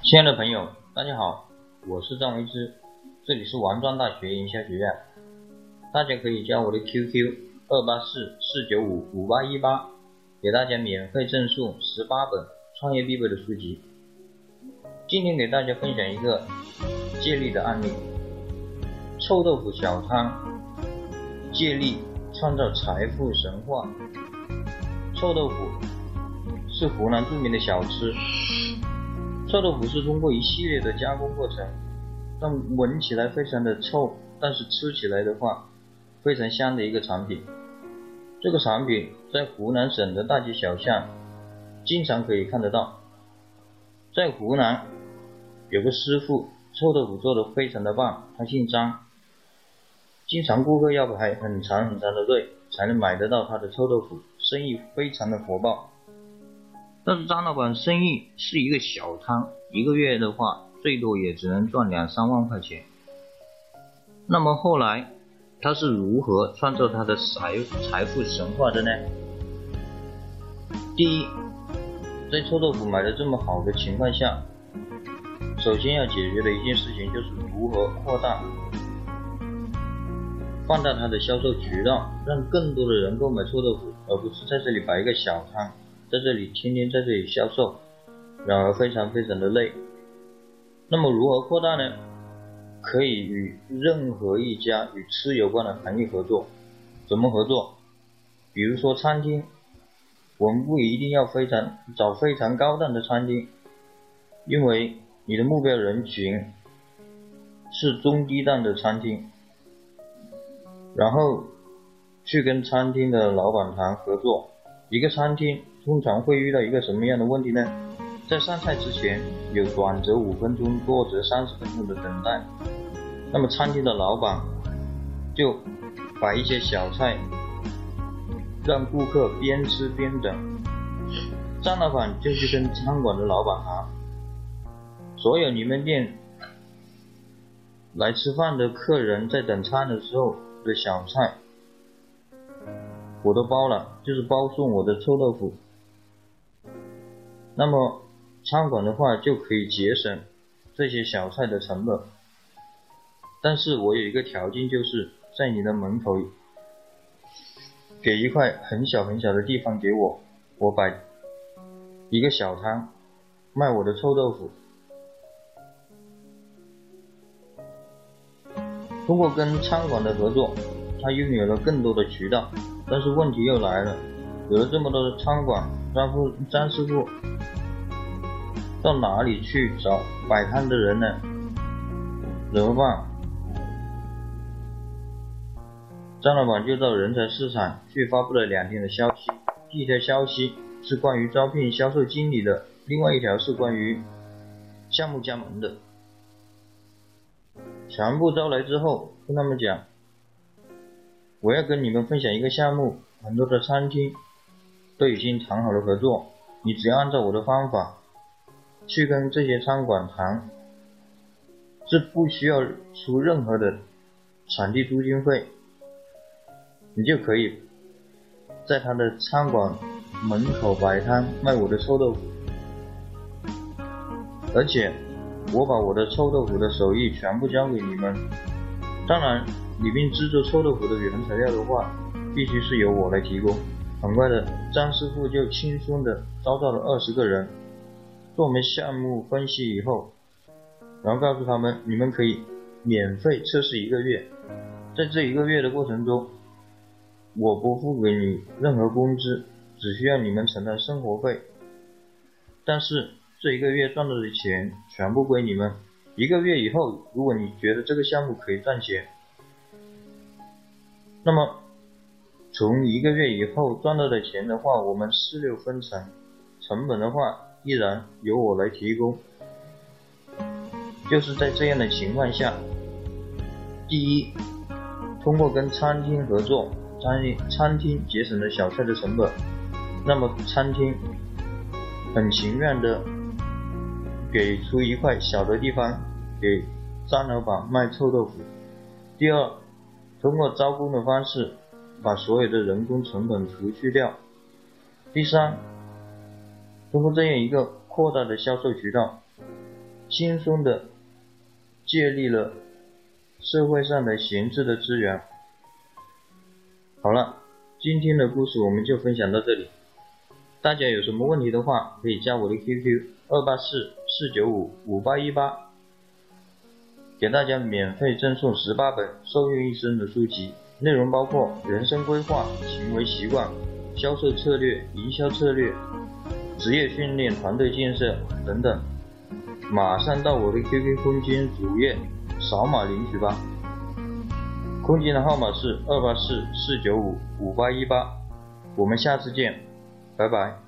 亲爱的朋友，大家好，我是张维之，这里是王庄大学营销学院，大家可以加我的 QQ 284-495-5818，给大家免费赠送18本创业必备的书籍。今天给大家分享一个借力的案例，臭豆腐小汤借力创造财富神话。臭豆腐是湖南著名的小吃，臭豆腐是通过一系列的加工过程，让闻起来非常的臭，但是吃起来的话非常香的一个产品。这个产品在湖南省的大街小巷经常可以看得到。在湖南有个师傅，臭豆腐做得非常的棒，他姓张，经常顾客要排很长很长的队才能买得到他的臭豆腐，生意非常的火爆。但是张老板生意是一个小摊，一个月的话最多也只能赚2-3万块钱。那么后来他是如何创造他的财富神话的呢？第一，在臭豆腐买的这么好的情况下，首先要解决的一件事情就是如何放大它的销售渠道，让更多的人购买臭豆腐，而不是在这里摆一个小摊，在这里天天在这里销售，然而非常的累。那么如何扩大呢？可以与任何一家与吃有关的行业合作。怎么合作？比如说餐厅，我们不一定要找非常高档的餐厅，因为你的目标人群是中低档的餐厅，然后去跟餐厅的老板谈合作。一个餐厅通常会遇到一个什么样的问题呢？在上菜之前有短则5分钟，多则30分钟的等待。那么餐厅的老板就摆一些小菜，让顾客边吃边等。张老板就去跟餐馆的老板谈，所有你们店来吃饭的客人在等餐的时候的小菜我都包了，就是包送我的臭豆腐。那么餐馆的话就可以节省这些小菜的成本，但是我有一个条件，就是在你的门口给一块很小的地方给我，我摆一个小摊卖我的臭豆腐。通过跟餐馆的合作，他拥有了更多的渠道，但是问题又来了，有了这么多的餐馆，张师傅到哪里去找摆摊的人呢？怎么办？张老板就到人才市场去发布了2天的消息。第一条消息是关于招聘销售经理的，另外一条是关于项目加盟的。全部招来之后，跟他们讲，我要跟你们分享一个项目，很多的餐厅都已经谈好了合作，你只要按照我的方法去跟这些餐馆谈，是不需要出任何的场地租金费，你就可以在他的餐馆门口摆摊卖我的臭豆腐，而且我把我的臭豆腐的手艺全部交给你们。当然里面制作臭豆腐的原材料的话必须是由我来提供。很快的，张师傅就轻松的招到了20个人。做我们项目分析以后，然后告诉他们，你们可以免费测试1个月，在这1个月的过程中，我不付给你任何工资，只需要你们承担生活费，但是这1个月赚到的钱全部归你们。1个月以后，如果你觉得这个项目可以赚钱，那么从1个月以后赚到的钱的话，我们4-6分成，成本的话依然由我来提供。就是在这样的情况下，第一，通过跟餐厅合作，餐厅节省了小菜的成本，那么餐厅很情愿的给出一块小的地方给张老板卖臭豆腐。第二，通过招工的方式把所有的人工成本除去掉。第三，通过这样一个扩大的销售渠道， 轻松的借力了社会上的闲置的资源。好了，今天的故事我们就分享到这里，大家有什么问题的话可以加我的 QQ 284-495-5818，给大家免费赠送18本受用一生的书籍，内容包括人生规划、行为习惯、销售策略、营销策略、职业训练、团队建设等等。马上到我的 QQ 空间主页扫码领取吧，空间的号码是284-495-5818，我们下次见，拜拜。